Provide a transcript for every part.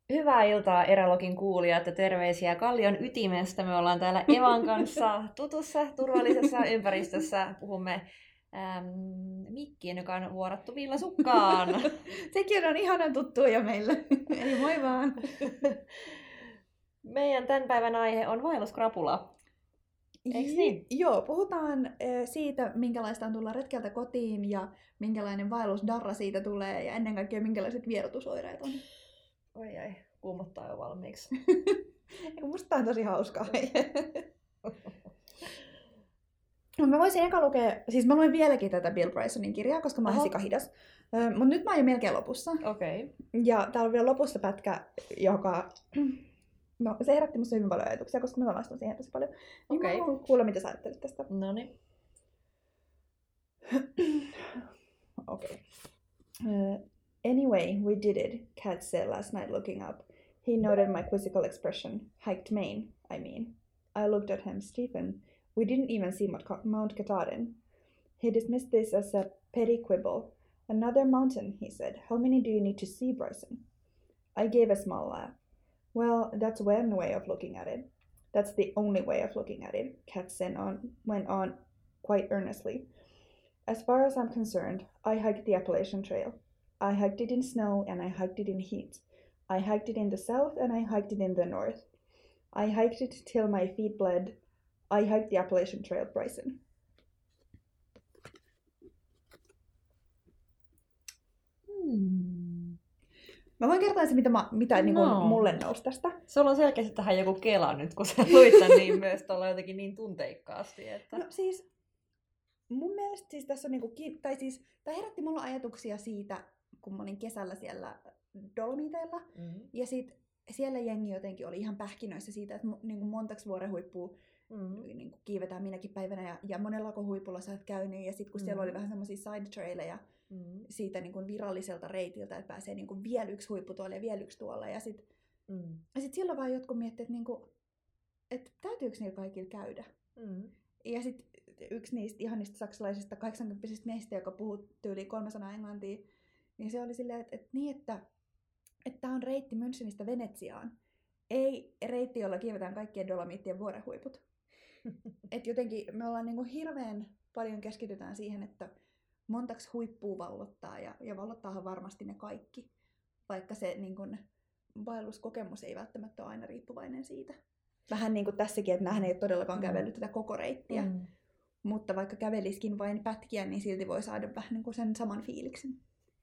Hyvää iltaa Erälogin kuulijat ja terveisiä Kallion ytimestä. Me ollaan täällä Evan kanssa tutussa, turvallisessa ympäristössä. Puhumme mikkiin, joka on vuorattu villasukkaan. Sekin on ihanan tuttua jo meille. Eli moi vaan. Meidän tämän päivän aihe on vaelluskrapula. Eiks niin? Joo, puhutaan siitä, minkälaista on tulla retkeltä kotiin ja minkälainen vaellusdarra siitä tulee ja ennen kaikkea minkälaiset vierotusoireet on. Oi, kuumottaa jo valmiiksi. Musta tää on tosi hauskaa. Mä voisin eka lukea, siis mä luin vieläkin tätä Bill Brysonin kirjaa, koska mä oon sikahidas. Mut nyt mä oon jo melkein lopussa. Okei. Ja täällä on vielä lopussa pätkä, joka... No, se herätti musta hyvin paljon ajatuksia, koska mä samaistun siihen tosi paljon. Niin mä haluan kuulla, mitä sä ajattelit tästä. Noniin. Okay. Anyway, we did it, Kat said last night looking up. He noted my quizzical expression. Hiked Maine, I mean. I looked at him. Stephen, we didn't even see Mount Katahdin. He dismissed this as a petty quibble. Another mountain, he said. How many do you need to see, Bryson? I gave a small laugh. Well, that's one way of looking at it. That's the only way of looking at it, Kat went on quite earnestly. As far as I'm concerned, I hiked the Appalachian Trail. I hiked it in snow and I hiked it in heat. I hiked it in the south and I hiked it in the north. I hiked it till my feet bled. I hiked the Appalachian Trail, Bryson. Mä voin kertoa se, mitä niin kuin mulle nousi tästä. Sulla on selkeästi tähän joku kela nyt, kun sä luit tän niin myös tuolla jotenkin niin tunteikkaasti. Että... No siis, mun mielestä siis tässä on niinku, tai siis, tää herätti mulla ajatuksia siitä, kun mä olin kesällä siellä Dolomiteilla. Mm-hmm. Ja sit siellä jengi jotenkin oli ihan pähkinöissä siitä, että niinku montaks vuorenhuippua niinku kiivetään minäkin päivänä. Ja monellako huipulla sä oot käynyt. Ja sit kun siellä oli vähän semmosia side traileja siitä niinku viralliselta reitiltä, että pääsee niinku vielä yksi huippu tuolla ja vielä yksi tuolla. Ja sit silloin vaan jotkut miettii, että niinku, et täytyykö niillä kaikilla käydä. Ja sit yksi niistä ihanista saksalaisista 80-vuotiaista miehistä, joka puhuu tyyliin 300 englantia, niin se oli silleen, että tää on reitti Münchenistä Venetsiaan. Ei reitti, jolla kiivetään kaikkien Dolomiittien vuorenhuiput. Että jotenkin me ollaan niinku hirveän paljon keskitytään siihen, että montaks huippua vallottaa, ja vallottaahan varmasti ne kaikki. Vaikka se niinku, vaelluskokemus ei välttämättä ole aina riippuvainen siitä. Vähän niin kuin tässäkin, että nähän ei ole todellakaan kävellyt tätä koko reittiä. Mutta vaikka käveliskin vain pätkiä, niin silti voi saada vähän niin kuin sen saman fiiliksen.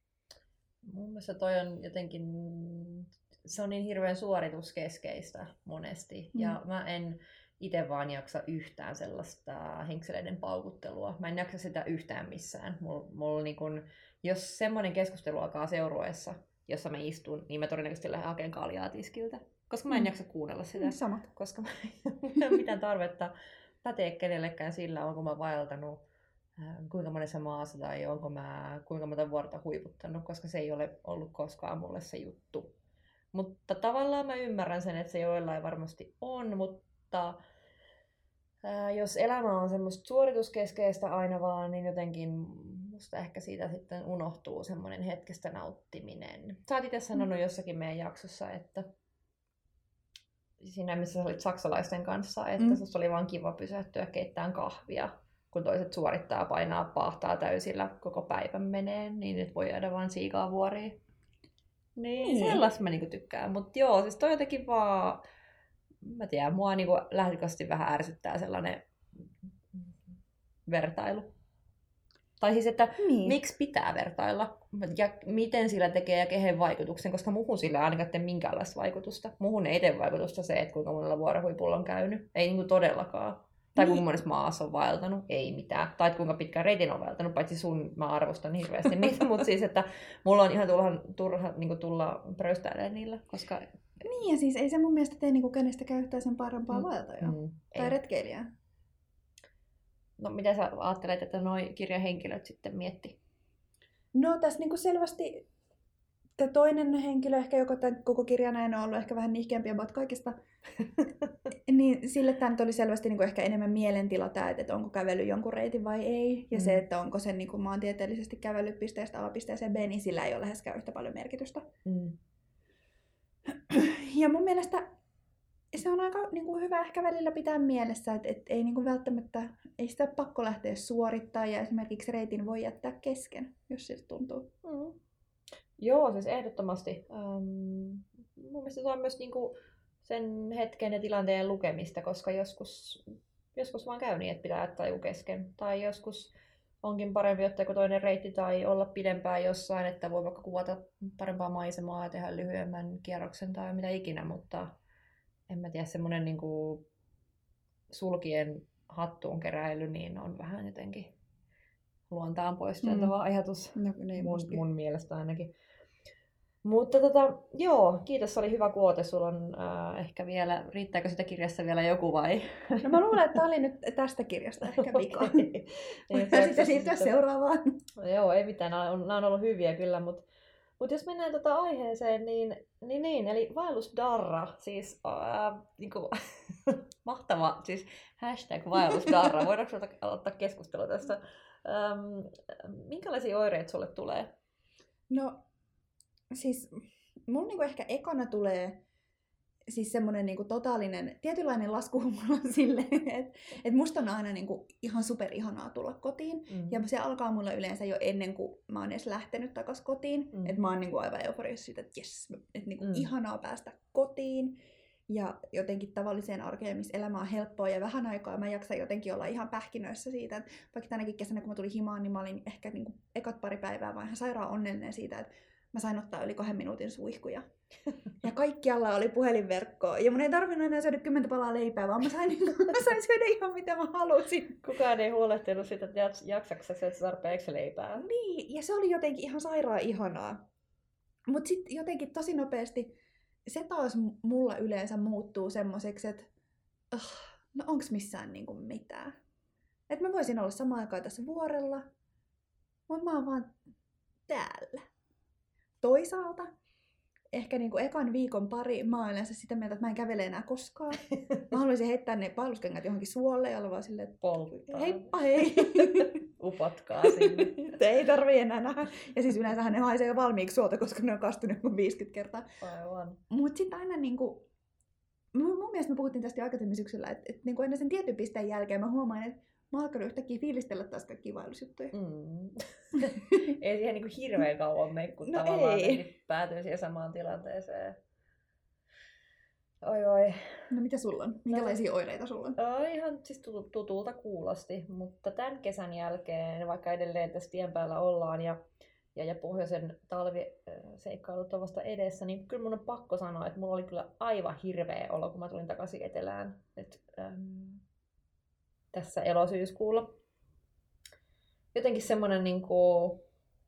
Mun mielestä toi on jotenkin, se on niin hirveän suorituskeskeistä monesti. Ja mä en itse vaan jaksa yhtään sellaista henkseleiden paukuttelua. Mä en jaksa sitä yhtään missään. Mulla niin kun, jos semmoinen keskustelu alkaa seurueessa, jossa mä istun, niin mä todennäköisesti lähden hakemaan kaljaa tiskiltä. Koska mä en jaksa kuunnella sitä. Samat. Koska mä en ole mitään tarvetta päteä kenellekään sillä, onko mä vaeltanut kuinka monessa maassa tai onko mä kuinka monta vuorta huiputtanut, koska se ei ole ollut koskaan mulle se juttu. Mutta tavallaan mä ymmärrän sen, että se joillain varmasti on, mutta jos elämä on semmoista suorituskeskeistä aina vaan, niin jotenkin musta ehkä siitä sitten unohtuu semmoinen hetkestä nauttiminen. Sä oot itse sanonut jossakin meidän jaksossa, että siinä missä sä olit saksalaisten kanssa, että susta oli vaan kiva pysähtyä keittämään kahvia, kun toiset suorittaa, painaa, paahtaa täysillä, koko päivän menee, niin nyt voi jäädä vaan siikaa vuoriin. Niin. Sellaista mä niinku tykkään. Mutta joo, siis toi jotenkin vaan, mä tiedän, mua niinku lähdöllisesti vähän ärsyttää sellainen vertailu. Tai siis, että miksi pitää vertailla ja miten sillä tekee ja kehen vaikutuksen, koska muhun sillä ei ainakaan tee minkäänlaista vaikutusta. Muhun ei tee vaikutusta se, että kuinka monella vuorenhuipulla on käynyt. Ei niinku todellakaan. Tai kuinka monessa maassa on vaeltanut. Ei mitään. Tai kuinka pitkään reitin on vaeltanut, paitsi sun mä arvostan hirveästi niitä. Mutta siis, että mulla on ihan turha niinku tulla pröystäilemään niillä, koska... Niin, ja siis ei se mun mielestä tee niinku kenestäkään yhtään sen parempaa vaeltajaa. Tai retkeilijää. No mitä sä ajattelet, että noi kirjan henkilöt sitten miettii? No tässä niinku selvästi toinen henkilö, ehkä joka tämän koko kirjan ajan on ollut ehkä vähän nihkeämpi about kaikista, niin sille tämä nyt oli selvästi niinku ehkä enemmän mielentila tämä, että onko kävellyt jonkun reitin vai ei. Ja se, että onko sen niinku maantieteellisesti kävellyt pisteestä A pisteeseen B, niin sillä ei ole läheskään yhtä paljon merkitystä. Ja mun mielestä se on aika niin kuin hyvä ehkä välillä pitää mielessä, että ei niin kuin välttämättä, ei sitä pakko lähteä suorittaa ja esimerkiksi reitin voi jättää kesken, jos siltä tuntuu. Joo, siis ehdottomasti. Mun mielestä se on myös niinku sen hetken ja tilanteen lukemista, koska joskus vaan käy niin, että pitää jättää joku kesken. Tai joskus onkin parempi ottaa joku toinen reitti tai olla pidempään jossain, että voi vaikka kuvata parempaa maisemaa ja tehdä lyhyemmän kierroksen tai mitä ikinä, mutta en mä tiedä, semmoinen niinku sulkien hattuun keräily niin on vähän jotenkin luontaan poisteltava ajatus. No, niin mun mielestä ainakin. Mutta joo, kiitos, oli hyvä kuote. Sulla on ehkä vielä, riittääkö sitä kirjasta vielä joku vai? No mä luulen, että tämä oli nyt tästä kirjasta ehkä vika. Voidaan sitten siirtyä seuraavaan. Joo, ei mitään, nämä on ollut hyviä kyllä, mutta jos mennään aiheeseen, niin, eli vaellusdarra, siis niinku, mahtava, siis #vaellusdarra, voidaanko aloittaa keskustelua tästä? Minkälaisia oireita sulle tulee? No, siis mulla niinku ehkä ekana tulee siis semmoinen niinku totaalinen, tietynlainen laskuhumala silleen, että musta on aina niinku ihan superihanaa tulla kotiin. Ja se alkaa mulla yleensä jo ennen kuin mä oon edes lähtenyt takas kotiin. Että mä oon niinku aivan euforiassa siitä, että jes, että niinku ihanaa päästä kotiin. Ja jotenkin tavalliseen arkeen, missä elämä on helppoa ja vähän aikaa mä jaksan jotenkin olla ihan pähkinöissä siitä. Että vaikka tänäkin kesänä, kun mä tulin himaan, niin mä olin ehkä niinku ekat pari päivää vaan ihan sairaan onnellinen siitä, että mä sain ottaa yli 2 minuutin suihkuja. Ja kaikkialla oli puhelinverkkoa. Ja mun ei tarvinnut enää syödä 10 palaa leipää, vaan mä sain syödä ihan mitä mä halusin. Kukaan ei huolehtinut sitä, että jaksaksa syödä tarpeeksi leipää. Niin, ja se oli jotenkin ihan sairaan ihanaa. Mut sit jotenkin tosi nopeasti se taas mulla yleensä muuttuu semmoiseksi, että no onks missään niinku mitään. Että mä voisin olla samaan aikaan tässä vuorella, mutta mä oon vaan täällä. Toisaalta ehkä niinku ekan viikon pari mä oon yleensä sitä mieltä, että mä en kävele enää koskaan. Mä haluaisin heittää ne vaelluskengät johonkin suolle ja olla vaan silleen, että polttaa. Heippa hei! Upotkaa sinne. Ei tarvii enää nähdä. Ja siis yleensähän ne haisee jo valmiiksi suolta, koska ne on kastunut 50 kertaa. Aivan. Mut sit aina niinku, mun mielestä me puhuttiin tästä jo aikaisemmin syksyllä, että niinku ennen sen tietyn pisteen jälkeen mä huomaan, että mä oon alkanut yhtäkkiä fiilistellä taas kaikkia vaellusjuttuja. Ei siihen niinku hirveän kauan mene, kun no tavallaan päätyy siihen samaan tilanteeseen. Oi. No mitä sulla on? Minkälaisia oireita sulla on? Ihan siis tutulta kuulosti, mutta tämän kesän jälkeen, vaikka edelleen tässä tien päällä ollaan ja pohjoisen talviseikkailut on vasta edessä, niin kyllä mun on pakko sanoa, että mulla oli kyllä aivan hirveä olo, kun mä tulin takaisin etelään tässä elosyyskuulla. Jotenkin semmoinen niinku,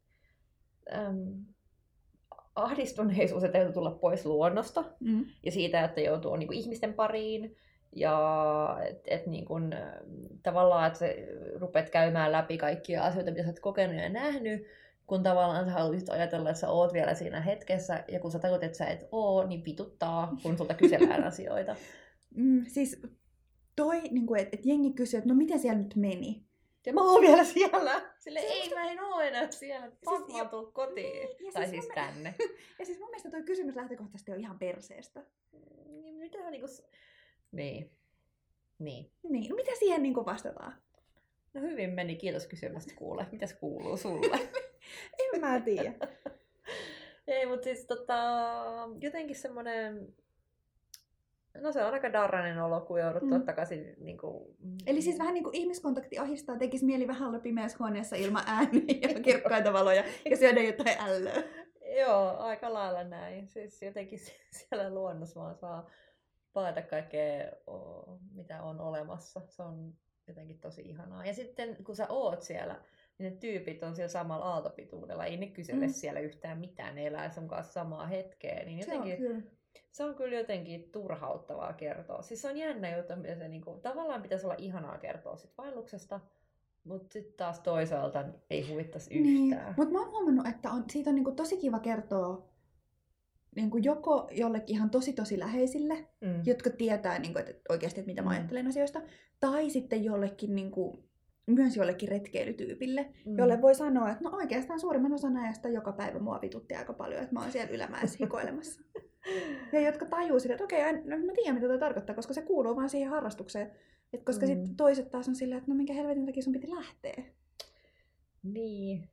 ahdistuneisuus, että täytyy tulla pois luonnosta ja siitä, että joutuu niinku ihmisten pariin ja niinku, tavallaan, että sä rupeat käymään läpi kaikkia asioita, mitä sä oot kokenut ja nähnyt, kun tavallaan sä haluaisit ajatella, että sä oot vielä siinä hetkessä ja kun sä tajut, että sä et oo, niin vituttaa, kun sulta kysellään asioita. Siis toi, niinku, että jengi kysyy, että no miten siellä nyt meni? Ja mä oon vielä siellä. Sille ei, mä en oo enää siellä. Siis, mä oon tullut kotiin. Tai siis tänne. Ja siis mun mielestä toi kysymys lähtökohtaisesti on ihan perseestä. Niin, mitä niinku... Niin. No mitä siihen niinku vastataan? No hyvin meni, kiitos kysymästä kuule. Mitäs kuuluu sulle? En mä tiedä. Ei, mut siis jotenkin semmonen... No se on aika darrainen olo, kun joudut takaisin niinku... Eli siis vähän niinku ihmiskontakti ahistaa, tekisi mieli vähän olla pimeässä huoneessa ilman ääniä ja kirkkaita valoja ja syödä jotain ällöä. Joo, aika lailla näin. Siis jotenkin siellä luonnossa vaan saa paeta kaikkea, mitä on olemassa. Se on jotenkin tosi ihanaa. Ja sitten kun sä oot siellä, niin ne tyypit on siellä samalla aaltopituudella. Ei ne kysele siellä yhtään mitään, ne elää sun kanssa samaa hetkeä. Niin jotenkin... Se on kyllä jotenkin turhauttavaa kertoa. Siis se on jännä juttu, mitä se niinku, tavallaan pitäisi olla ihanaa kertoa sit vaelluksesta, mutta sitten taas toisaalta ei huvittaisi yhtään. Niin, mutta mä oon huomannut, että siitä on niinku tosi kiva kertoa niinku joko jollekin ihan tosi läheisille, jotka tietää niinku, että oikeasti, että mitä mä ajattelen asioista, tai sitten jollekin niinku, myös jollekin retkeilytyypille, jolle voi sanoa, että no oikeastaan suurimman osan ajasta joka päivä mua vitutti aika paljon, että mä oon siellä ylämäessä hikoilemassa. Ja jotka tajuu sitä, että okei, no mä tiedän mitä toi tarkoittaa, koska se kuuluu vaan siihen harrastukseen. Et koska sitten toiset taas on silleen, että no minkä helvetin takia sun piti lähteä. Niin.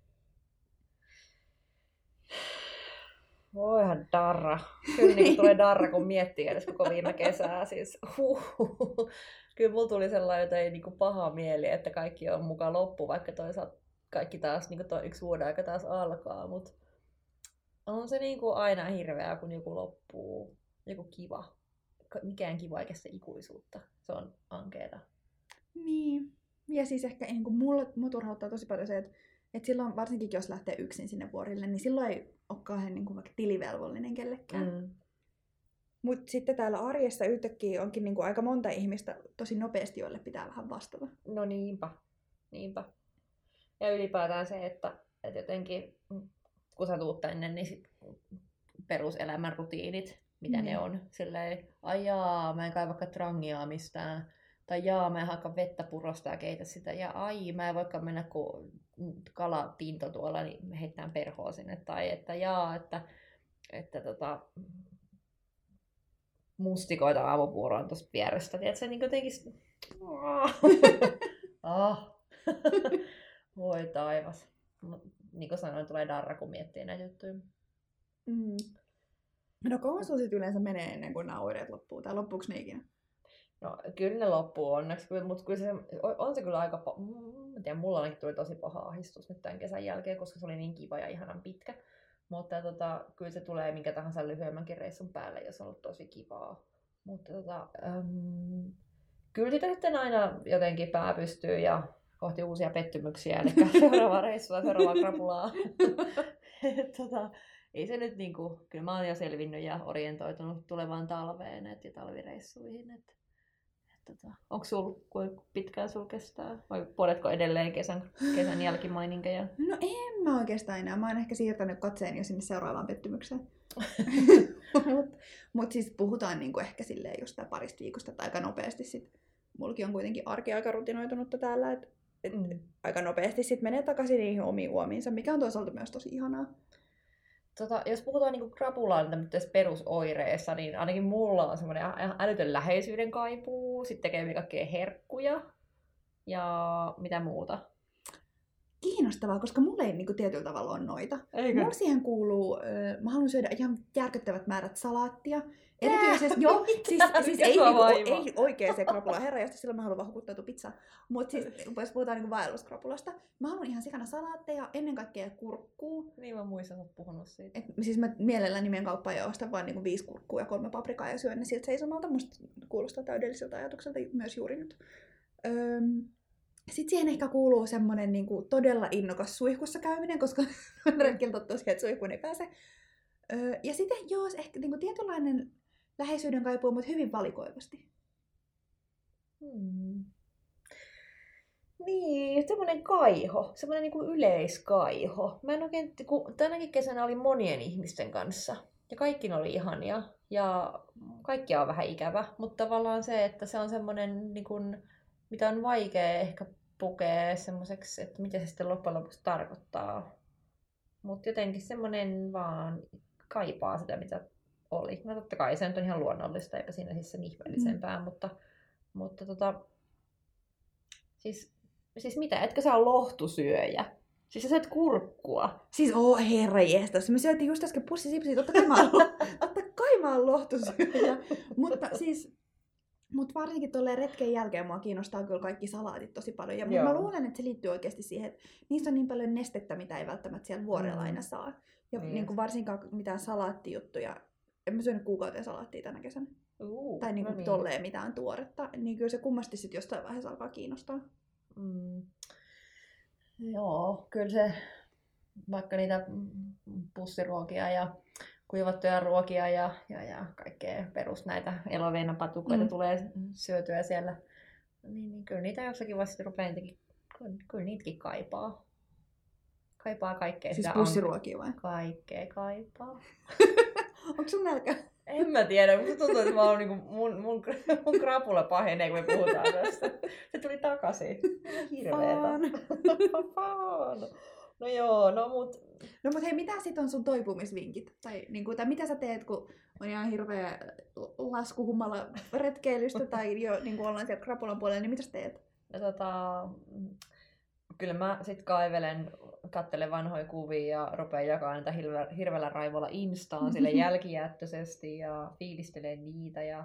Voihan darra. Kyllä niin tulee darra, kun miettii edes koko viime kesää. Siis, Kyllä mulla tuli sellainen jotain niin paha mieli, että kaikki on mukaan loppu, vaikka toisaalta kaikki taas niin toi yksi vuoden aika taas alkaa. Mutta on se niin aina hirveää, kun joku loppuu. Joku kiva. Mikään kiva eikä se ikuisuutta. Se on ankeeta. Niin. Ja siis ehkä niin mua turhauttaa tosi paljon se, että silloin varsinkin jos lähtee yksin sinne vuorille, niin silloin ei ole kauhean niin vaikka tilivelvollinen kellekään. Mutta sitten täällä arjessa yhtäkkiä onkin niin aika monta ihmistä tosi nopeasti, joille pitää vähän vastata. No niinpä. Ja ylipäätään se, että jotenkin kun sä tuut tänne, niin sit peruselämän rutiinit, mitä ne on. Silleen, ajaa, mä en kai vaikka trangiaa mistään. Tai jaa, mä en haaka vettä purosta ja keitä sitä. Ja ai, mä en voikaan mennä, kun kalatinto tuolla, niin me heitetään perhoa sinne. Tai että jaa, että mustikoita aamupuuroon tuosta vierestä. Tiedätkö, niin jotenkin... Voi taivas. Niin kuin sanoin, tulee darra, kun miettii näitä juttuja. No kauan sulla sitten yleensä menee ennen kuin nämä oireet loppuu? Tai loppuuko ne ikinä? No kyllä ne loppuu onneksi, mutta kyllä se on se kyllä aika... Mä tiedän, mulla ainakin tuli tosi paha ahdistus nyt tämän kesän jälkeen, koska se oli niin kiva ja ihanan pitkä. Mutta kyllä se tulee minkä tahansa lyhyemmänkin reissun päälle, jos on ollut tosi kivaa. Mutta kyllä sitä sitten aina jotenkin pää pystyy ja kohti uusia pettymyksiä, eli seuraavaa reissua, seuraavaa krapulaa. Ei se nyt niinku, kyllä mä oon jo selvinnyt ja orientoitunut tulevaan talveen ja talvireissuihin. Onko sulla, kuinka pitkään sulla kestää? Vai puoletko edelleen kesän jälkimaininkeja? No en mä oikeastaan enää. Mä oon ehkä siirtänyt katseen jo sinne seuraavaan pettymykseen. Mut siis puhutaan niinku ehkä silleen just parista viikosta tai aika nopeasti sit. Mullakin on kuitenkin arki aika rutinoitunutta täällä, että aika nopeasti sit menee takaisin niihin omiin uomiinsa, mikä on toisaalta myös tosi ihanaa. Jos puhutaan niinku krapulaan perusoireessa, niin ainakin mulla on semmoinen älytön läheisyyden kaipuu, sitten tekee kaikkea herkkuja ja mitä muuta. Kiinnostavaa, koska mulla ei niinku tietyllä tavalla ole noita. Mulla siihen kuuluu, mä haluan syödä ihan järkyttävät määrät salaattia. Erityisesti, siis ei oikein se krapula, herranjestas, silloin mä haluan vaan hukuttautua pizzaa. Mutta siis, jos puhutaan niinku vaelluskrapulasta, mä haluan ihan sikana salaatteja, ennen kaikkea kurkkuu. Niin mä muistan, että puhunut siitä. Siis mä mielelläni menen kauppaan ja ostan vaan niinku 5 kurkkua ja 3 paprikaa ja syön ne siltä seisomalta. Musta kuulostaa täydelliseltä ajatukselta myös juuri nyt. Sitten siihen ehkä kuuluu semmonen niinku todella innokas suihkussa käyminen, koska retkiltä tosiaan, että suihkuun ei pääse. Ja sitten ehkä niinku tietynlainen läheisyyden kaipuu, mutta hyvin valikoivasti. Niin, semmoinen kaiho, semmoinen niinku yleiskaiho. Mä en oikein, kun tänäkin kesänä oli monien ihmisten kanssa ja kaikki oli ihania ja kaikkia on vähän ikävä, mutta tavallaan se, että se on semmoinen, niin kuin, mitä on vaikea ehkä pukea semmoiseksi, että mitä se sitten loppujen lopuksi tarkoittaa. Mutta jotenkin semmoinen vaan kaipaa sitä, mitä oli. No totta kai se nyt on ihan luonnollista, eikä siinä siis sen ihmeellisempää, mutta siis mitä, etkö sä ole lohtusyöjä? Siis sä syöt kurkkua. Siis herranjestas, me syötiin just äsken pussisipsiä, totta kai mä oon lohtusyöjä. Mutta varsinkin tuolleen retken jälkeen mua kiinnostaa kyllä kaikki salaatit tosi paljon. Ja mä luulen, että se liittyy oikeasti siihen, että niissä on niin paljon nestettä, mitä ei välttämättä siellä vuorella aina saa. Ja niin kuin varsinkaan mitään salaattijuttuja. En mä syönyt kuukauteen salaattia tänä kesänä. Tai niin kuin tolleen mitään tuoretta. Niin kyllä se kummasti sitten jostain vaiheessa alkaa kiinnostaa. Joo, kyllä se, vaikka niitä pussiruokia ja kuivattuja ruokia ja kaikkea perus näitä eloveenapatukoita tulee syötyä siellä, niin kyllä niitä jossakin vaiheessa rupeaa kyllä niitäkin kaipaa. Kaipaa kaikkea. Siis pussiruokia vai? Kaikkea kaipaa. Onko sun nälkä? En mä tiedä, mutta tuntuu, että mä oon niinku mun krapula pahenee, kun me puhutaan tästä. Se tuli takaisin. Hirveetä. No joo, no mut... No mut hei, mitä sit on sun toipumisvinkit? Tai mitä sä teet, kun on ihan hirveä laskuhummalla retkeilystä tai jo ollaan siellä krapulan puolella, niin mitä sä teet? No kyllä mä sit kaivelen, kattelen vanhoja kuvia ja rupean jakamaan niitä hirveällä raivolla Instaan sille jälkijättöisesti ja fiilistelen niitä ja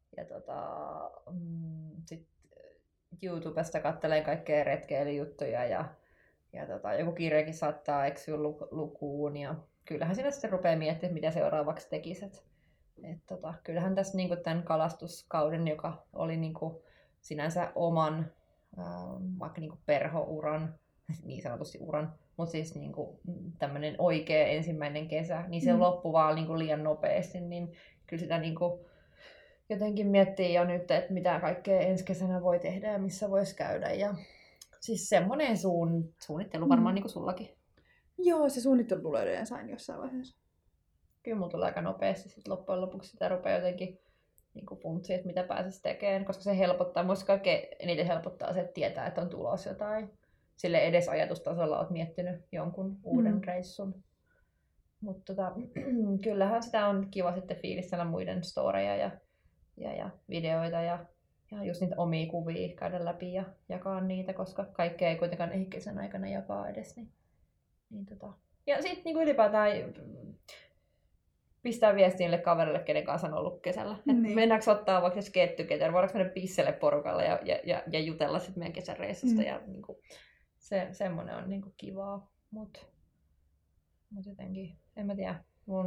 sit YouTubesta kattelen kaikkea retkeilyjuttuja ja joku kirjakin saattaa eksyä lukuun ja kyllähän siinä sitten rupeaa miettimään, mitä seuraavaksi tekisit. Kyllähän tässä niinku tämän kalastuskauden, joka oli niinku sinänsä oman vaikka niinku perhouran, niin sanotusti uran, mutta siis niinku tämmöinen oikea ensimmäinen kesä, niin se loppui vaan niinku liian nopeasti, niin kyllä sitä niinku jotenkin miettii jo nyt, että mitä kaikkea ensi kesänä voi tehdä ja missä voisi käydä. Ja siis semmoinen suunnittelu varmaan niin kuin sullakin. Joo, se suunnittelu tulee yleensä aina jossain vaiheessa. Kyllä mun tulee aika nopeasti sit loppujen lopuksi sitä rupeaa jotenkin niin funtsia, että mitä pääsisi tekemään, koska se helpottaa. Musta kaikkein eniten helpottaa se, että tietää, että on tulossa jotain. Sille edes ajatustasolla olet miettinyt jonkun uuden reissun. Mutta kyllähän sitä on kiva sitten fiilistellä muiden storeja ja videoita ja just niitä omia kuvia käydä läpi ja jakaa niitä, koska kaikkea ei kuitenkaan ehdi kesän aikana jakaa edes. Ja sitten niin ylipäätään pistää viestiä niille kaverille, kenen kanssa on ollut kesällä. Niin. Mennäänkö ottaa vaikka get together, voidaanko mennä pisselle porukalla ja jutella sitten meidän kesäreissusta. Ja niin kuin, semmoinen on niin kuin kivaa. Mut jotenkin, en mä tiedä,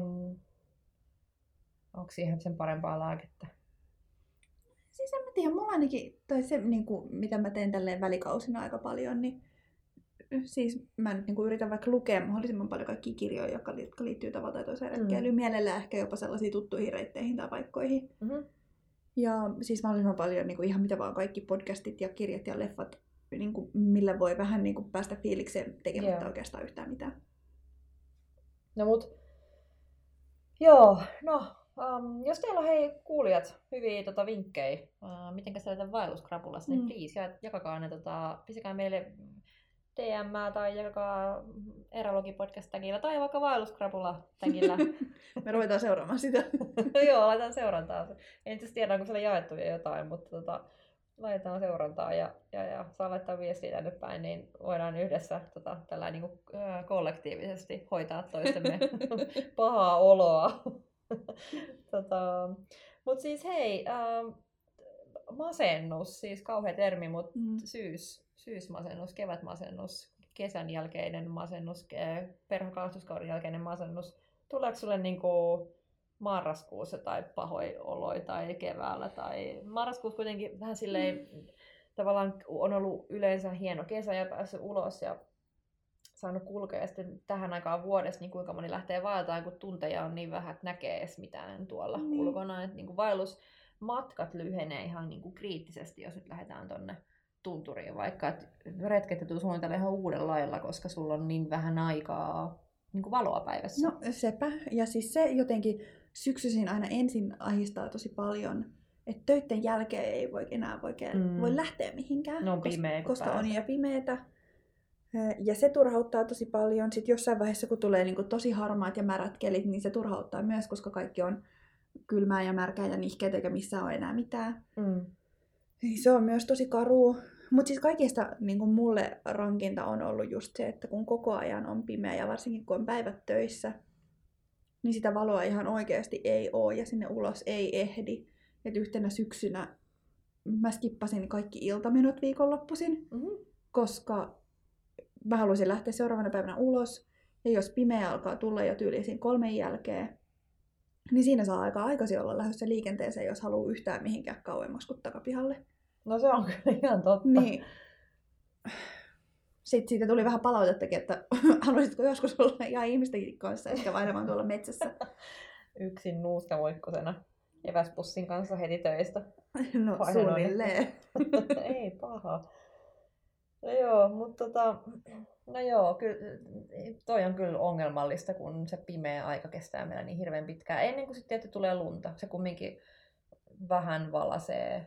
onko siihen sen parempaa lääkettä? Siis en mä tiedä, mulla ainakin, tai se niin kuin, mitä mä teen tälleen välikausina aika paljon, niin siis mä nyt niin kuin yritän vaikka lukea mahdollisimman paljon kaikkia kirjoja, jotka liittyy tavalla tai toiseen retkeilyyn, mielellään ehkä jopa sellaisiin tuttuihin reitteihin tai paikkoihin. Ja siis mahdollisimman paljon niin kuin ihan mitä vaan kaikki podcastit ja kirjat ja leffat, niin kuin, millä voi vähän niin kuin päästä fiilikseen tekemättä oikeastaan yhtään mitään. No mut, joo, no jos teillä on hei kuulijat hyviä vinkkejä, miten käsitellään vaelluskrapulassa, niin please jakakaa ne, pistäkää meille DM tai jakakaa Erologi-podcast-tagillä tai vaikka vaelluskrapula-tagillä. Me ruvetaan seuraamaan sitä. Joo, laitetaan seurantaa. En tietysti tiedä, onko siellä jaettu jo jotain, mutta laitetaan seurantaa ja saa laittaa viestiä tänne päin, niin voidaan yhdessä tällä niin kuin, kollektiivisesti hoitaa toistemme pahaa oloa. Mutta siis hei, masennus, siis kauhea termi, mutta syysmasennus, kevätmasennus, kesän jälkeinen masennus, perhokalastuskauden jälkeinen masennus. Tuleeko sulle niinku marraskuussa tai pahoja oloja tai keväällä? Tai marraskuussa kuitenkin vähän silleen, tavallaan on ollut yleensä hieno kesä ja päässyt ulos ja saanut kulkea. Ja sitten tähän aikaan vuodesta, niin kuinka moni lähtee vaeltamaan, kun tunteja on niin vähän, että näkee edes mitään tuolla ulkona. Että niin vaellusmatkat lyhenee ihan niin kuin kriittisesti, jos nyt lähdetään tonne tunturiin, vaikka että retket täytyy suunnitella ihan uudella lailla, koska sulla on niin vähän aikaa niin kuin valoa päivässä. No sepä. Ja siis se jotenkin syksyisin aina ensin ahistaa tosi paljon, että töiden jälkeen ei voi enää voi lähteä mihinkään, no, koska on jo pimeetä. Ja se turhauttaa tosi paljon. Sitten jossain vaiheessa, kun tulee niin kuin tosi harmaat ja märät kelit, niin se turhauttaa myös, koska kaikki on kylmää ja märkää ja nihkeitä eikä missään ole enää mitään. Se on myös tosi karua. Mutta siis kaikista niin kuin mulle rankinta on ollut just se, että kun koko ajan on pimeä ja varsinkin kun on päivät töissä, niin sitä valoa ihan oikeasti ei ole ja sinne ulos ei ehdi. Et yhtenä syksynä mä skippasin kaikki iltamenot viikonloppuisin, koska mä haluaisin lähteä seuraavana päivänä ulos. Ja jos pimeä alkaa tulla jo tyyliin 3 jälkeen, niin siinä saa aika aikaisin olla lähdössä liikenteeseen, jos haluaa yhtään mihinkään kauemmaksi kuin takapihalle. No se on kyllä ihan totta. Niin. Sitten siitä tuli vähän palautettakin, että haluaisitko joskus olla ihan ihmisten kanssa, etkä vain vaan tuolla metsässä. Yksin nuuskamoikkosena eväspussin kanssa heti töistä. No suunnilleen. Ei paha. No joo, mutta no joo, kyllä, toi on kyllä ongelmallista, kun se pimeä aika kestää meillä niin hirveän pitkään. Ennen kuin sitten tulee lunta, se kumminkin vähän valasee.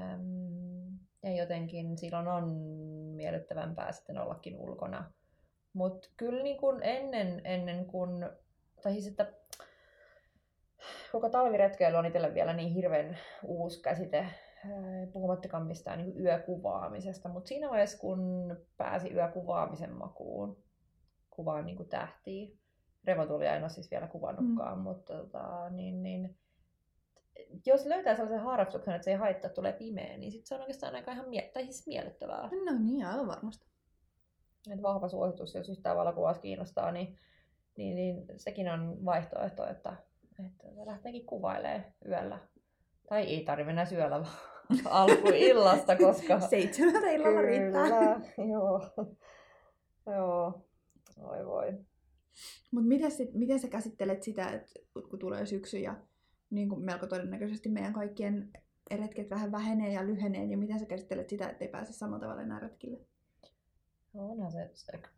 Ja jotenkin silloin on miellyttävämpää sitten ollakin ulkona. Mut kyllä niin kun ennen kun, tai siis että koko talviretkeily on itselle vielä niin hirveän uusi käsite, puhumattakaan mistään niin yökuvaamisesta, mutta siinä vaiheessa kun pääsi yökuvaamisen makuun, kuvaan niin kuin tähtiä, Revontulia en ole siis vielä kuvannutkaan, mutta niin, jos löytää sellaisen harrastuksen, että se ei haittaa, tulee pimeä, niin sit se on oikeastaan aika ihan siis miellyttävää. No niin, aivan varmasti. Et vahva suositus, jos yhtään valokuvaus kiinnostaa, niin sekin on vaihtoehto, että lähteekin kuvailemaan yöllä. Tai ei tarvitse mennä syöllä alkuillasta, koska 7 illalla riittää. Joo. Voi. Mut miten sä käsittelet sitä, että kun tulee syksy ja niin kuin melko todennäköisesti meidän kaikkien retket vähän vähenee ja lyhenee, niin miten sä käsittelet sitä, että ei pääse samalla tavalla enää retkille? Onhan se.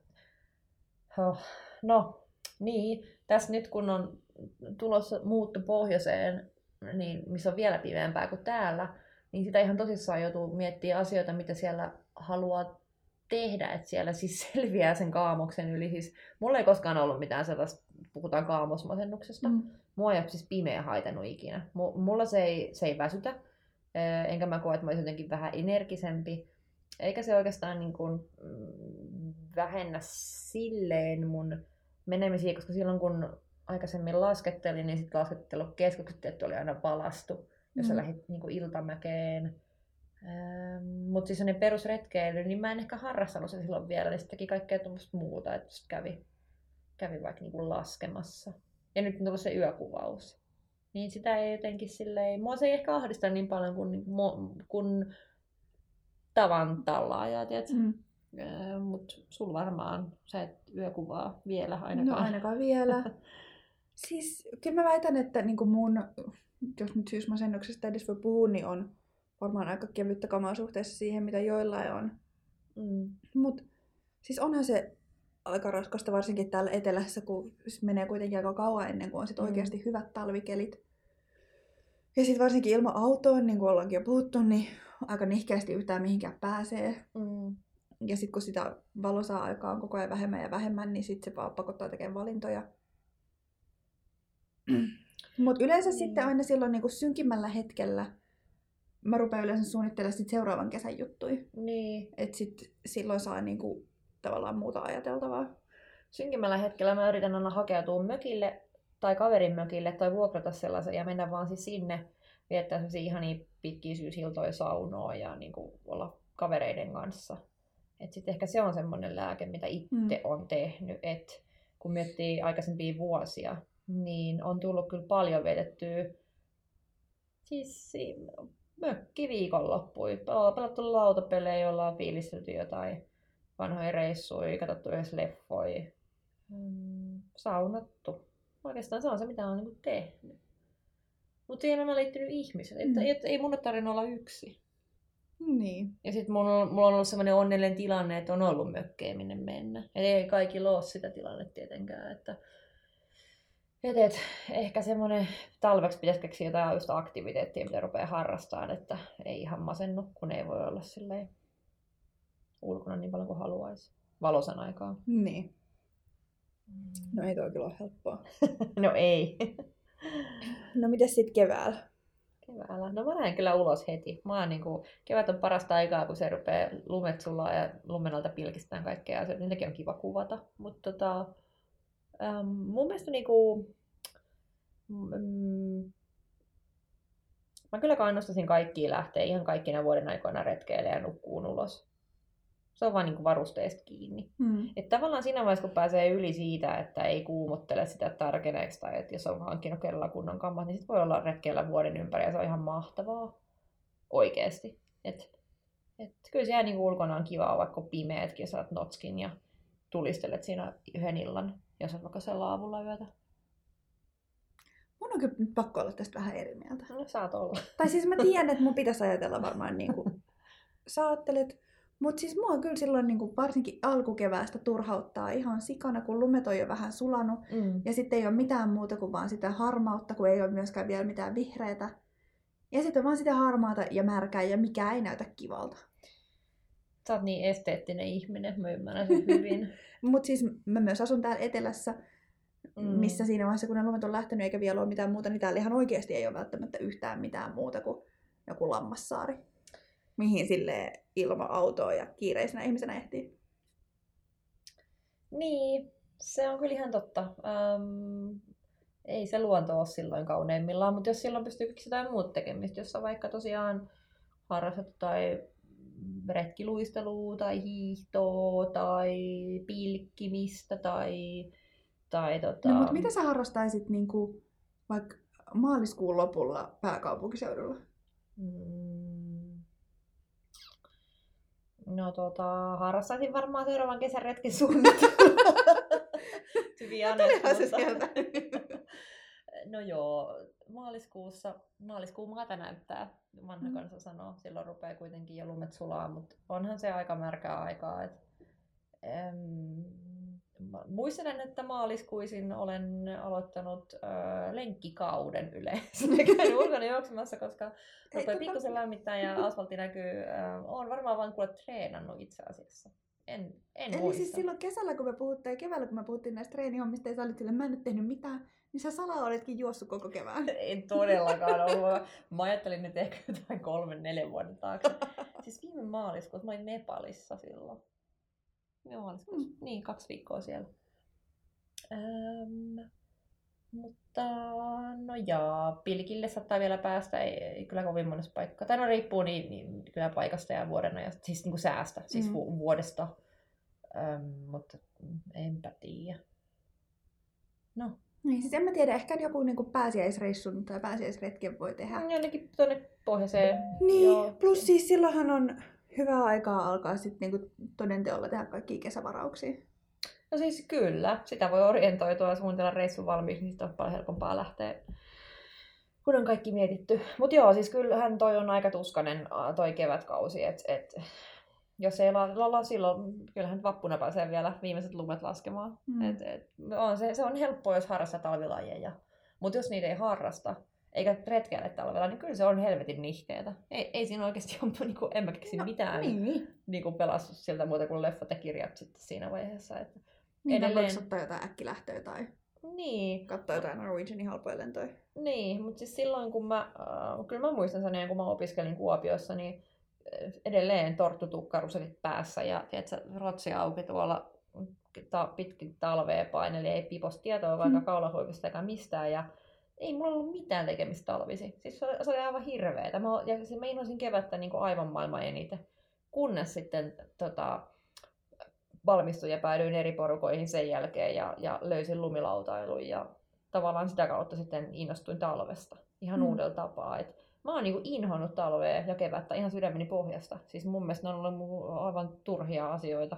No, niin. Tässä nyt kun on tulossa muutto pohjoiseen, niin missä on vielä pimeämpää kuin täällä, niin sitä ihan tosissaan joutuu miettimään asioita, mitä siellä haluaa tehdä, että siellä siis selviää sen kaamoksen yli. Siis, mulla ei koskaan ollut mitään sellaista, puhutaan kaamosmasennuksesta. Mua ei ole siis pimeä haitannut ikinä. Mulla se ei väsytä, enkä mä koe, että mä olisin jotenkin vähän energisempi. Eikä se oikeastaan niin kuin vähennä silleen mun menemisiä, koska silloin kun aikaisemmin laskettelin, niin sitten laskettelukeskukset oli aina valastu, jos sä lähdit niin kuin iltamäkeen. Mutta siis sellainen perusretkeily, niin mä en ehkä harrastanut se silloin vielä, niin sitten teki kaikkea tuommoista muuta, että kävi vaikka niin kuin laskemassa. Ja nyt on tullut se yökuvaus. Niin sitä ei jotenkin silleen, mua se ei ehkä ahdista niin paljon kuin tavan tallaajaa, tiedätkö? Mut sul varmaan, sä et yökuvaa vielä ainakaan. No ainakaan vielä. Siis kyllä mä väitän, että niin kuin mun, jos nyt syysmasennuksesta edes voi puhua, niin on varmaan aika kevyttä kamaa suhteessa siihen, mitä joillain on. Mut siis onhan se aika raskasta, varsinkin täällä etelässä, kun menee kuitenkin aika kauan ennen kuin on sit oikeasti hyvät talvikelit. Ja sitten varsinkin ilman autoa, niin kuin ollaankin jo puhuttu, niin aika nihkeästi yhtään mihinkään pääsee. Ja sitten kun sitä valosaa aikaa on koko ajan vähemmän ja vähemmän, niin sitten se vaan pakottaa tekemään valintoja. Mutta yleensä sitten aina silloin niin kuin synkimmällä hetkellä mä rupean yleensä suunnittelemaan sit seuraavan kesän juttuja. Niin. Että silloin saa niin kuin tavallaan muuta ajateltavaa. Synkimmällä hetkellä mä yritän aina hakeutua mökille tai kaverin mökille tai vuokrata sellaisen ja mennä vaan siis sinne viettää sellaisia ihania pitkiä syysiltoja saunoa ja niin kuin olla kavereiden kanssa. Et sit ehkä se on semmoinen lääke, mitä itse on tehnyt, että kun miettii aikaisempia vuosia, niin on tullut kyllä paljon vietettyä siis mökkiviikonloppuja. Pelattu lautapelejä, ollaan fiilistelty jotain vanhoja reissuja, katsottu yhdessä leffoja, saunattu. Oikeastaan se on se, mitä on niinku tehnyt. Mutta siihen on liittynyt ihmiset, että ei mun ole tarvinnut olla yksi. Niin. Ja sitten mulla on ollut sellainen onnellinen tilanne, että on ollut mökkejä minne mennä. Et ei kaikilla ole sitä tilannetta tietenkään. Että ehkä semmoinen talveksi pitäisi keksiä jotain just aktiviteettia, mitä rupeaa harrastamaan, että ei ihan masennu, kun ei voi olla silleen ulkona niin paljon kuin haluaisi. Valosan aikaa. Niin. No ei toi kyllä ole helppoa. No ei. No mites sit keväällä? Keväällä? No mä lähden kyllä ulos heti. Kevät on parasta aikaa, kun se rupeaa lumet sulaa ja lumen alta pilkistään kaikkea asioita. Niitäkin on kiva kuvata. Mutta mun mielestä mä kyllä kannustaisin kaikkia lähteä ihan kaikkina vuoden aikoina retkeilemään ja nukkuun ulos. Se on vaan varusteista kiinni. Että tavallaan siinä vaiheessa, kun pääsee yli siitä, että ei kuumottele sitä tarkeneeksi tai että jos on hankkinut kerralla kunnon kammat, niin sit voi olla retkeillä vuoden ympäri ja se on ihan mahtavaa. Oikeesti. Kyllä se ihan ulkona on kivaa, vaikka pimeätkin ja saat notskin ja tulistelet siinä yhden illan, jos on vaikka siellä laavulla yötä. Mun on kyllä nyt pakko olla tästä vähän eri mieltä. No saat olla. Tai siis mä tiedän, että mun pitäisi ajatella varmaan niin kuin sä ajattelet. Mutta siis mua kyllä silloin niin kuin varsinkin alkukeväästä turhauttaa ihan sikana, kun lumet on jo vähän sulanut. Ja sitten ei ole mitään muuta kuin vaan sitä harmautta, kun ei ole myöskään vielä mitään vihreätä. Ja sitten vaan sitä harmaata ja märkää ja mikä ei näytä kivalta. Sä oot niin esteettinen ihminen, mä ymmärrän sen hyvin. Mut siis mä myös asun täällä etelässä, missä siinä vaiheessa, kun ne lumet on lähtenyt eikä vielä ole mitään muuta, niin täällä ihan oikeasti ei ole välttämättä yhtään mitään muuta kuin joku Lammassaari, mihin silleen ilman autoa ja kiireisenä ihmisenä ehtii. Niin, se on kyllä ihan totta. Ei se luonto ole silloin kauneimmillaan, mutta jos silloin pystyy jotain muuta tekemistä, jos on vaikka tosiaan harrastettu tai retkiluistelua tai hiihtoa tai pilkkimistä tai No mutta mitä sä harrastaisit niinku vaikka maaliskuun lopulla pääkaupunkiseudulla? No harrastaisin varmaan seuraavan kesän retken suunnittelua. Tulihan se sieltä. No joo, maaliskuun maata näyttää, vanha kansa sanoo. Silloin rupeaa kuitenkin jo lumet sulaa, mutta onhan se aika märkää aikaa. Muistelen, että maaliskuisin olen aloittanut lenkkikauden yleensä. Käyn ulkona juoksemassa, koska rupeaa pikkusen lämmittää ja asfaltti näkyy. Olen varmaan vain treenannut itse asiassa. En Eli muista. siis silloin kesällä, kun me puhuttiin, ja keväällä, kun me puhuttiin näistä treenihommista, ja sä olit silleen, mä en nyt tehnyt mitään, niin sä salaa olitkin juossut koko kevään. En todellakaan ollut. Mä ajattelin nyt ehkä jotain 3-4 vuoden taakse. Siis viime maaliskuussa mä olin Nepalissa silloin. Maaliskuussa. Niin, 2 viikkoa siellä. Mutta no jaa, pilkille saattaa vielä päästä, ei kyllä kovin monessa paikkaa. Tai no riippuu niin kyllä paikasta ja vuodenajasta, siis niin kuin säästä, siis vuodesta. Mutta enpä tiedä. No. Niin, siis en mä tiedä, ehkä joku niinku pääsiäisreissun tai pääsiäisretken voi tehdä. Jonnekin tuonne pohjoiseen. Niin, joo. Plus siis silloinhan on hyvää aikaa alkaa sitten niinku todenteolla tehdä kaikkia kesävarauksia. No siis kyllä, sitä voi orientoitua ja suunnitella reissun valmiiksi, niin on paljon helpompaa lähteä, kun on kaikki mietitty. Mutta joo, siis kyllähän toi on aika tuskainen toi kevätkausi, jos ei olla silloin, kyllähän vappuna pääsee vielä viimeiset lumet laskemaan. Se on helppoa, jos harrastaa talvilajeja, mutta jos niitä ei harrasta, eikä retkeile talvella, niin kyllä se on helvetin nihkeetä. Ei siinä oikeasti ole, niin en mä keksi mitään niin pelastus siltä muuta kuin leffat ja kirjat sitten siinä vaiheessa. Että niin, edelleen ottaa jotain äkkilähtöä tai niin. Katsoa jotain Norwegianin halpoja lentoja. Niin, mutta siis silloin kun kyllä mä muistan sen, kun mä opiskelin Kuopiossa, niin edelleen torttutukkarusetit päässä ja tiedätkö, rotsi auki tuolla pitkin talvea paineli, ei piposta tietoa vaikka kaulahuipusta eikä mistään. Ja ei mulla ollut mitään tekemistä talvisi. Siis se oli aivan hirveetä. Mä inhosin kevättä niin kuin aivan maailman eniten. Kunnes sitten valmistuin ja päädyin eri porukoihin sen jälkeen ja löysin lumilautailun. Ja tavallaan sitä kautta sitten innostuin talvesta ihan uudella tapaa. Mä oon niinku inhonnut talvea ja kevättä ihan sydämeni pohjasta. Siis mun mielestä ne on ollut aivan turhia asioita.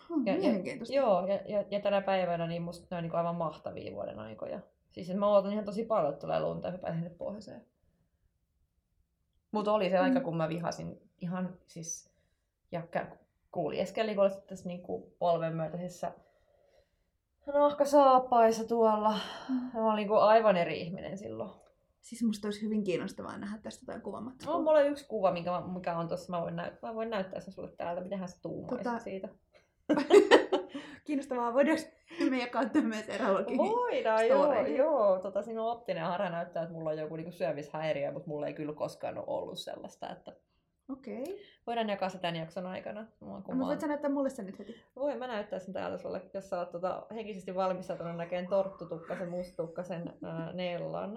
Ja tänä päivänä niin musta ne on niinku aivan mahtavia vuoden aikoja. Siis mä ootan ihan tosi paljon, että tulee lunta ja pääsen sinne pohjoiseen. Mutta oli se aika, kun mä vihasin ihan siis ja kuljeskelin tässä niinku polven myötäisissä nahkasaapaissa tuolla. Mä olin niinku aivan eri ihminen silloin. Siis musta olisi hyvin kiinnostavaa nähdä tästä jotain kuvamatskua. No, mulla on yksi kuva, mikä on tuossa. Mä voin näyttää sen sulle täältä. Mitähän sä tuumaisit siitä? Kiinnostavaa. Voidaanko me jakaa myös erologiin? Voidaan, joo. Siinä on optinen harha näyttää, että mulla on joku niinku syömishäiriö, mutta mulla ei kyllä koskaan ole ollut sellaista. Että okei. Voidaan jakaa se tämän jakson aikana. Mutta voit sä näyttää mulle sen nyt heti? Voin mä näyttää sen täällä sulle, jos sä oot henkisesti valmistautunut näkeen torttutukkasen, mustatukkasen Nellan.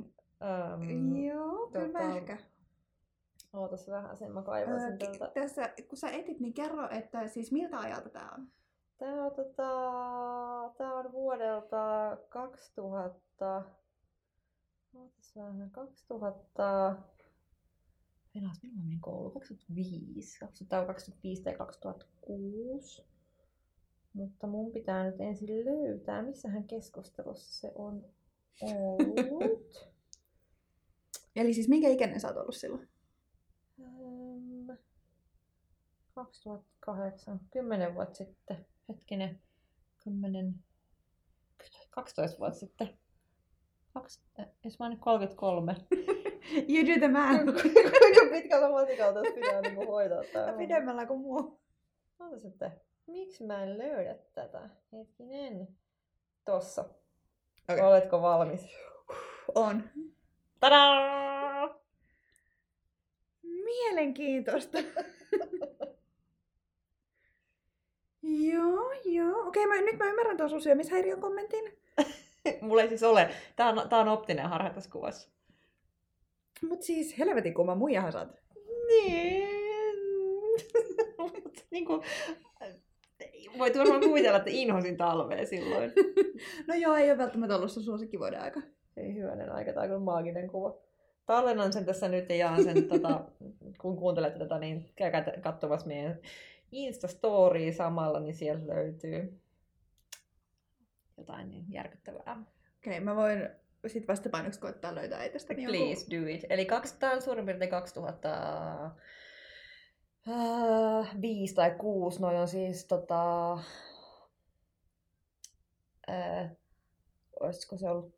Joo, kyllä ehkä. Ootas vähän sen, mä kaivan sen tältä. Tässä, kun sä etit, niin kerro, että siis miltä ajalta tää on? Tää on vuodelta 2000... Ootas vähän, 2000... Milloin mä menin kouluun? 2005 tai 2006. Mutta mun pitää nyt ensin löytää, missähän keskustelussa se on ollut. Eli siis minkä ikäinen sä oot ollut silloin? 2008, 10 vuotta sitten. Hetkinen, 12 vuotta sitten. Jos mä oon nyt 33. You do the math. Kuinka pitkällä matikalta pitää niinku hoitaa tää? Pidemmällä kuin muu. Ota sitten. Miksi mä en löydä tätä? Hetkinen. Tossa. Okay. Oletko valmis? On. Tadaa! Mielenkiintoista. Joo. Okei, nyt mä ymmärrän tuon sun syömishäiriön kommentin. Mulla ei siis ole. Tää on optinen harha tässä kuvassa. Mut siis helvetin kumma muijahan sä oot. Niin. Niinku, voit varmaan kuvitella, että inhosin talvea silloin. No joo, ei ole välttämättä ollut sun suosikkivuoden aika. Ei hyvänen aika, tää on kyllä maaginen kuva. Tallennan sen tässä nyt ja jaan sen, kun kuuntelette tätä, niin käykää katsomassa meidän Insta-storya samalla, niin sieltä löytyy jotain niin järkyttävää. Okei, mä voin sit vastapainoksi koittaa löytää itsestäni joku. Please do it. Eli tää on suurin piirtein 2005 tai 6, noi on siis olisiko se ollut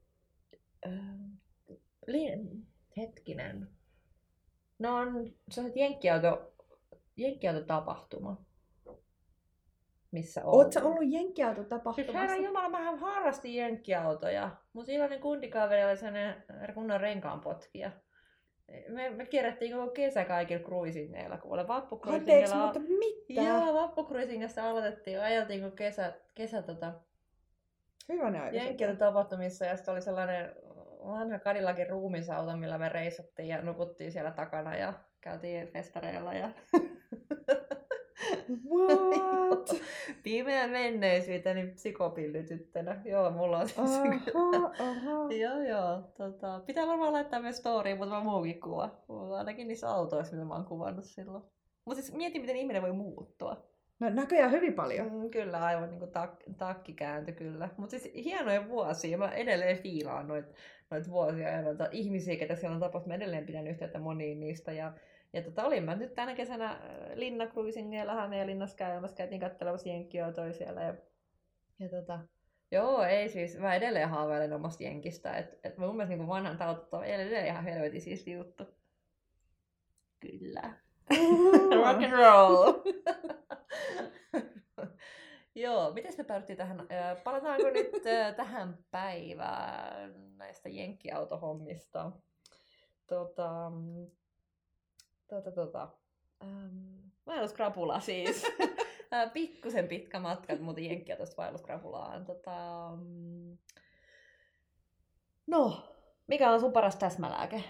hetkinen. No on sellaiset jenkkiautotapahtuma. Missä oltiin. Oot sä ollut jenkkiautotapahtumassa? Siis herran jumala, mähän harrastin jenkkiautoja. Mun silloinen kundikaveri oli sellainen kunnon renkaanpotkija. Me kierrättiin koko kesä kaikilla cruisingeilla, kun oli vappukruisingilla. Anteeksi, mutta mitä? Joo, vappukruisingista aloitettiin. Ajeltiin kun kesä Hyvänen aika. jenkkiautotapahtumissa ja sitten oli sellainen vanha Cadillacin ruumisauto, millä me reissattiin ja nukuttiin siellä takana ja käytiin festareilla ja What? Pimeä menneisyyteni psykopillityttönä. Joo, mulla on siis Joo. Pitää varmaan laittaa myös storyin muutama muukin kuva. Mulla on ainakin niissä autoissa, mitä mä oon kuvannut silloin. Mutta siis mieti, miten ihminen voi muuttua. No näköjään hyvin paljon. Kyllä, aivan niin kuin takki kääntyi kyllä. Mutta siis hienoja vuosia. Mä edelleen fiilaan noita vuosia ja noita ihmisiä, ketä siellä on tapahtunut. Mä edelleen pidän yhteyttä moniin niistä. Ja olin mä nyt tänä kesänä linnakruisingeilla Hämeenlinnassa käymässä. Käytiin katselemassa jenkkiautoja siellä. Joo, ei siis. Mä edelleen haaveilen omasta jenkistä. Et mun mielestä niin vanhan autot on edelleen ihan helvetin siisti juttu. Kyllä. Rock and roll! Joo, miten me päädyttiin tähän? Palataanko nyt tähän päivään näistä jenkkiautohommista? Vaelluskrapula siis. Pikkusen pitkä matka, mutta jenkkiautosta vaelluskrapulaan. No, mikä on sun paras täsmälääke?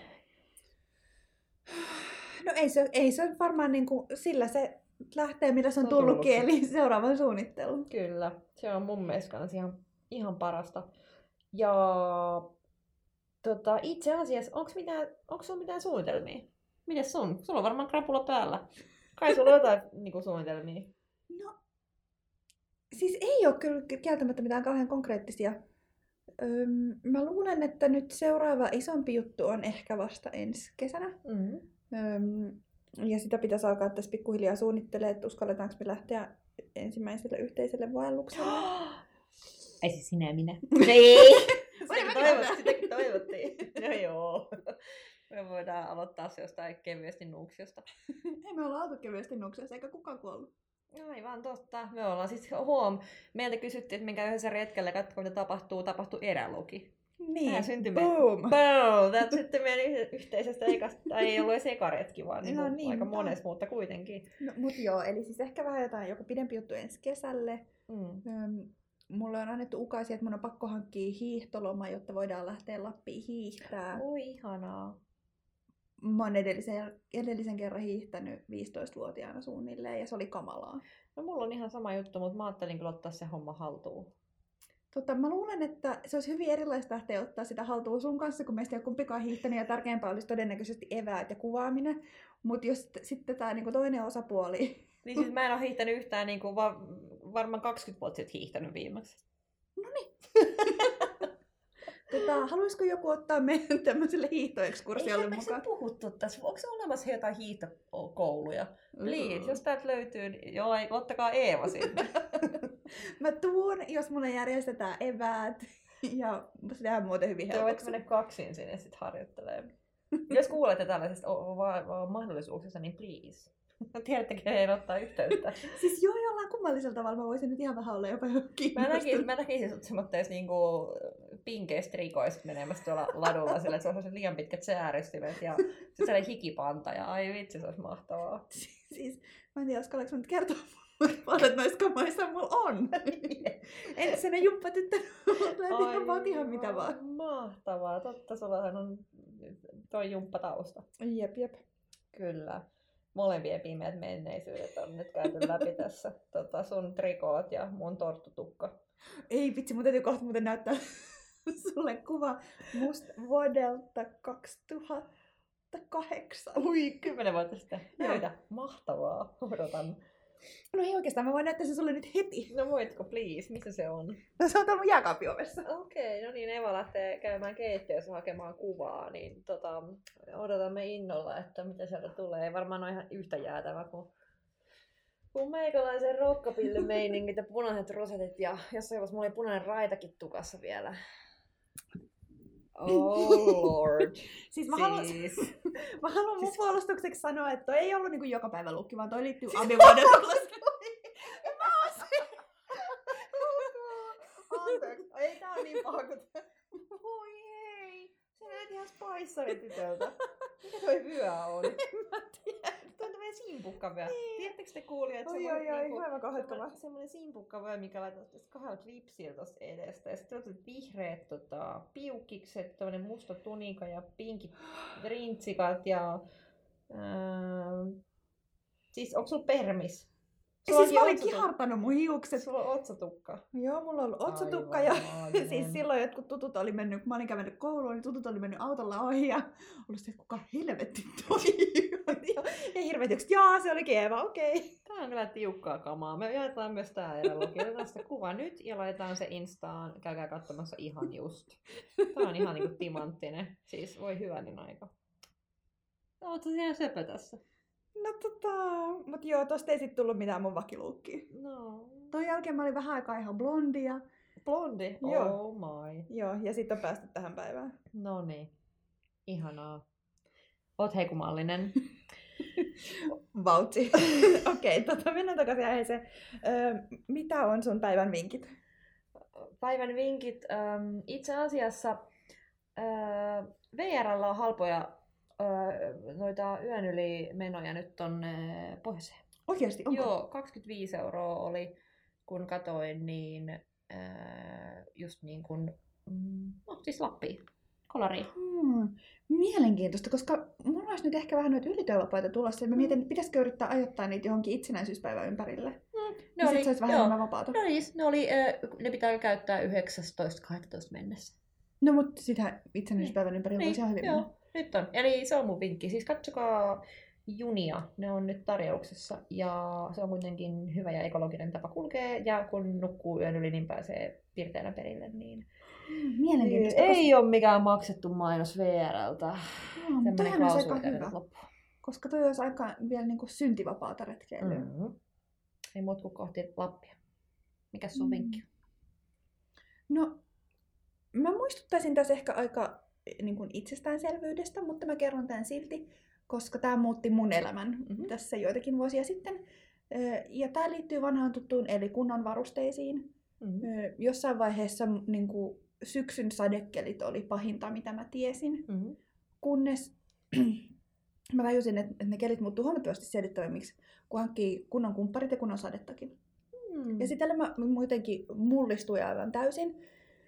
No ei se varmaan niinku, sillä se lähtee, millä se on tullutkin, eli seuraavan suunnittelun. Kyllä, se on mun mielestä kans ihan parasta. Ja itse asiassa, onko sulla mitään suunnitelmia? Mites sun? Sulla on varmaan krapula päällä. Kai sulla on jotain niinku suunnitelmia? No, siis ei ole kyllä kieltämättä mitään kauhean konkreettisia. Mä luulen, että nyt seuraava isompi juttu on ehkä vasta ensi kesänä. Mm-hmm. Ja sitä pitäisi alkaa tässä pikkuhiljaa suunnittelemaan, että uskalletaanko me lähteä ensimmäiselle yhteiselle vaellukselle. Ei siis sinä ja minä. Ei! Sitäkin toivottiin. Joo. Me voidaan aloittaa se jostain kevyesti nuuksiosta. Ei me olla oltu kevyesti nuuksiossa, eikä kukaan kuollut. Aivan totta. Me ollaan siis meiltä kysyttiin, että minkä yhdessä retkellä katsotaan, mitä tapahtuu erälogi. Niin, boom! That's sitten meidän yhteisestä ei ollut edes eka retki, vaan aika monessa, mutta kuitenkin. No, mut joo, eli siis ehkä vähän jotain joku pidempi juttu ensi kesälle. Mulle on annettu ukaisia, että mun on pakko hankkia hiihtoloma, jotta voidaan lähteä Lappiin hiihtää. Oi, ihanaa. Mä oon edellisen kerran hiihtänyt 15-vuotiaana suunnilleen ja se oli kamalaa. No mulla on ihan sama juttu, mutta mä ajattelin kyllä ottaa se homma haltuun. Mä luulen, että se olisi hyvin erilaista lähteä ottaa sitä haltuun sun kanssa, kun meistä ei ole kumpikaan hiihtänyt ja tärkeämpää olisi todennäköisesti eväät ja kuvaaminen. Mutta jos sitten tämä niinku toinen osapuoli... Niin siis mä en ole hiihtänyt yhtään, niinku, varmaan 20 vuotta sitten hiihtänyt viimeksi. Noniin. Haluaisiko joku ottaa meidän tämmöiselle hiihtoekskursiolle mukaan? Eikö puhuttu tässä? Onko olemassa jotain hiihtokouluja? Please, jos täältä löytyy, niin joo, ottakaa Eeva sinne. Mä tuun, jos mulle järjestetään eväät. Ja se tehdään muuten hyvin helpoksi. Te voitte mennä kaksin sinne sitten harjoittelemaan. Jos kuulette tällaisista mahdollisuuksista, niin please. Tiedättekö, kenen ottaa yhteyttä? Siis joo, jollain kummallisella tavalla mä voisin nyt ihan vähän olla jopa kiinnostunut. Mä näkisin sut semmoitteissa niinku pinkeistä rikoista menemässä tuolla ladulla sillä, että se on sellaiset liian pitkät sääristimet ja sitten sellainen hikipanta ja ai vitsi, se olisi mahtavaa. Siis mä en tiedä, uskallanko nyt kertoa paljon noissa kamoissa mulla on. Entisenä jumppatyttö tulee ihan mitä vaan. Mahtavaa, totta, sullahan on toi jumppatausta. Jep. Kyllä. Molempien pimeät menneisyydet on nyt käyty läpi tässä. Sun trikoot ja mun torttutukka. Ei vitsi, mun täytyy kohta muuten näyttää sulle kuva musta vuodelta 2008. Ui, 10 vuotta sitten. Näytä, mahtavaa. Odotan. No ei oikeastaan, mä voin näyttää sen sulle nyt heti. No voitko, please? Missä se on? No se on tuolla mun jääkaapiovessa. Okei, no niin, Eva lähtee käymään keittiössä hakemaan kuvaa, niin odotamme innolla, että mitä sieltä tulee. Ei varmaan ole ihan yhtä jäätävä kuin meikäläisen rokkapillymeiningit ja punaiset rosetit ja jossain vaiheessa mulla oli punainen raitakin tukassa vielä. Oh lord. Siis mä haluan mun puolustukseksi sanoa, että toi ei ollut niinku joka päivä lukki, vaan toi liittyy abivuodellisuuteen. Anteeksi. Ei tää on niin paha kuin... Voi ei. Se näet ihan spaissaritytöltä. Mikä toi vyö on? En mä tiedä. Tuo on tämmönen simpukkavyö. Tiedättekö te kuulijat, että semmonen simpukkavyö, mikä laitetaan kahdella klipsillä tosta edestä. Ja sitten on vihreät piukkikset, tämmönen musta tunika ja pinkit rintsikat ja... Siis onko sulla permis? Siis mä olin kihartanut mun hiukset. Sulla on otsatukka. Joo, mulla on ollut otsatukka ja siis silloin jotkut tutut oli mennyt, kun mä olin käynyt kouluun, niin tutut oli mennyt autolla ohi ja ollut se, että kuka helvetti toi. Ja hirveet ykset, jaa se oli Eeva, okei. Tää on kyllä tiukkaa kamaa. Me jaetaan myös tää erälogi. Otetaan sitä kuva nyt ja laitetaan se Instaan. Käykää katsomassa ihan just. Tää on ihan niinku timanttinen. Siis voi hyvänen aika. No, oot sä ihan söpö tässä? No mut joo, tosta ei sit tullut mitään mun vakiluukkiin. No. Toi jälkeen mä olin vähän aikaa ihan blondia. Blondi? Joo. Oh my. Joo, ja sit on päästy tähän päivään. No niin. Ihanaa. Oot heikumallinen. Vautsi. Okei, mennään takaisin aiheeseen. Mitä on sun päivän vinkit? Päivän vinkit. Itse asiassa VR:llä on halpoja noita yön yli menoja nyt tonne pohjoiseen. Oikeasti, onko? Joo, 25 € oli, kun katoin, niin just niin kuin, no siis Lappiin, Kolariin. Mielenkiintoista, koska mulla olisi nyt ehkä vähän noita ylityövapaita tulossa, ja mä mietin, että pitäisikö yrittää ajoittaa niitä johonkin itsenäisyyspäivän ympärille. Ne oli, sit se olisi vähän enemmän vapaata. Ne pitää käyttää 19.12. mennessä. No mutta sitä itsenäisyyspäivän ympärillä voisi ihan hyvin mennä. Nyt on. Eli se on mun vinkki. Siis katsokaa junia. Ne on nyt tarjouksessa. Ja se on kuitenkin hyvä ja ekologinen tapa kulkea. Ja kun nukkuu yön yli, niin pääsee pirteänä perille. Niin Mielenkiintoista. Ei ole mikään maksettu mainos VR:ltä. Toihan olisi aika hyvä. Koska toi olisi aika vielä niinku syntivapaata retkeilyä. Ei muut kuin kohti Lappia. Mikäs sun vinkki? No, mä muistuttaisin tässä ehkä aika niin kuin itsestäänselvyydestä, mutta mä kerron tämän silti, koska tämä muutti mun elämän tässä joitakin vuosia sitten. Ja tämä liittyy vanhaan tuttuun eli kunnon varusteisiin. Jossain vaiheessa niin kuin syksyn sadekelit oli pahinta, mitä mä tiesin, kunnes mä tajusin, että ne kelit muuttuu huomattavasti siedettävämmiksi, kun hankkii kunnon kumpparit ja kunnon sadettakin. Ja sitten mä muutenkin mullistuin aivan täysin.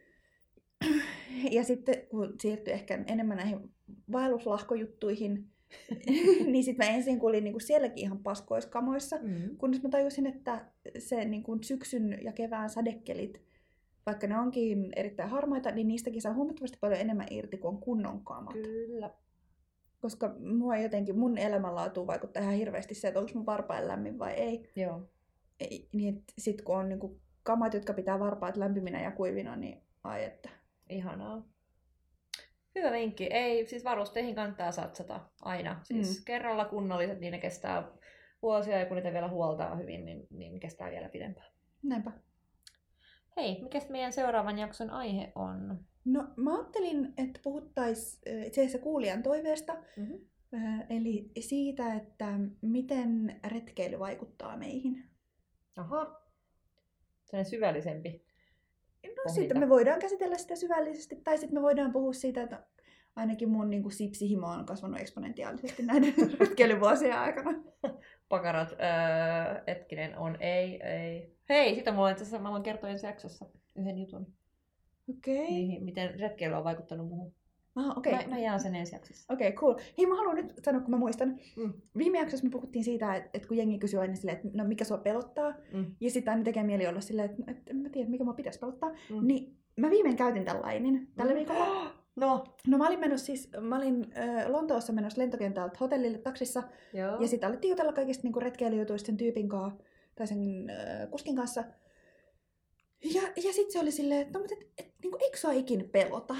Ja sitten kun siirtyi ehkä enemmän näihin vaelluslahkojuttuihin, niin sitten mä ensin kuulin niin sielläkin ihan paskoiskamoissa, kunnes mä tajusin, että se niin kuin syksyn ja kevään sadekelit, vaikka ne onkin erittäin harmaita, niin niistäkin saa huomattavasti paljon enemmän irti kuin on kunnon kamat. Kyllä. Koska mun elämänlaatuun vaikuttaa ihan hirveästi se, että onko mun varpain lämmin vai ei. Joo. Niin sitten kun on niin kuin kamat, jotka pitää varpaat lämpiminä ja kuivina, niin ai että. Ihanaa. Hyvä vinkki. Ei, siis varusteihin kannattaa satsata aina. Siis kerralla kunnolliset, niin ne kestää vuosia ja kun niitä vielä huoltaa hyvin, niin kestää vielä pidempään. Näinpä. Hei, mikä meidän seuraavan jakson aihe on? No mä ajattelin, että puhuttaisiin itse asiassa kuulijan toiveesta Eli siitä, että miten retkeily vaikuttaa meihin. Aha. Sellainen syvällisempi. No sitten me voidaan käsitellä sitä syvällisesti, tai sitten me voidaan puhua siitä, että ainakin mun niin kuin sipsihimo on kasvanut eksponentiaalisesti näiden retkeilyvuosien aikana. Pakarat, hetkinen, on ei. Hei, sitä mulla itse asiassa, mä voin kertoa ensi jaksossa yhden jutun. Okei. Niihin, miten retkeily on vaikuttanut muuhun. Okay. Mä jaan sen ensi jaksossa. Okei, cool. Hei, mä haluan nyt sanoa, kun mä muistan. Viime jaksossa me puhuttiin siitä, että kun jengi kysyy aina silleen, että no mikä sua pelottaa, ja sitten aina tekee mieli olla silleen, että en mä tiedä, mikä mua pitäisi pelottaa, niin mä viimein käytin tällainen tällä viikolla. No mä olin Lontoossa menossa lentokentältä hotellille taksissa, Joo. ja sitten alettiin jutella kaikista niinku retkeilyjutuista sen tyypin kanssa, tai sen kuskin kanssa. Ja sitten se oli silleen, että no, niinku, eikö sua ikinä pelota?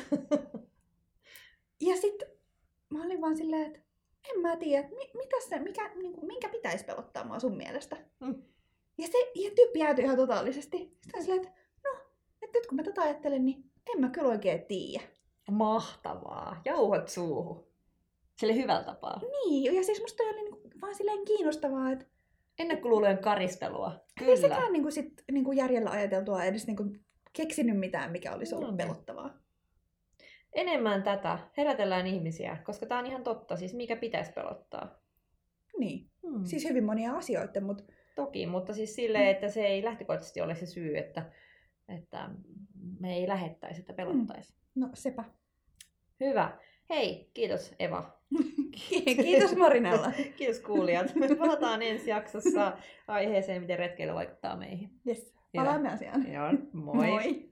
Ja sitten mä olin vaan silleen, että en mä tiedä, minkä pitäisi pelottaa mua sun mielestä. Ja tyyppi jäätyi ihan totaalisesti. Sitten on silleen, että no, että nyt kun mä tätä ajattelen, niin en mä kyllä oikein tiedä. Mahtavaa. Jauhat suuhun. Sille hyvällä tapaa. Niin, ja siis musta toi oli niinku vaan silleen kiinnostavaa, että ennakkoluulojen karistelua. Kyllä. Ei sekään niinku järjellä ajateltua edes niinku keksinyt mitään, mikä olisi ollut pelottavaa. Enemmän tätä. Herätellään ihmisiä, koska tää on ihan totta. Siis mikä pitäisi pelottaa? Niin. Siis hyvin monia asioita, mutta... Toki, mutta siis silleen, että se ei lähtökohtaisesti ole se syy, että me ei lähettäisi, että pelottaisi. No sepä. Hyvä. Hei, kiitos Eva. Kiitos Marinella. Kiitos kuulijat. Me palataan ensi jaksossa aiheeseen, miten retkeily vaikuttaa meihin. Yes. Palaamme asiaan. Joo, moi. Moi.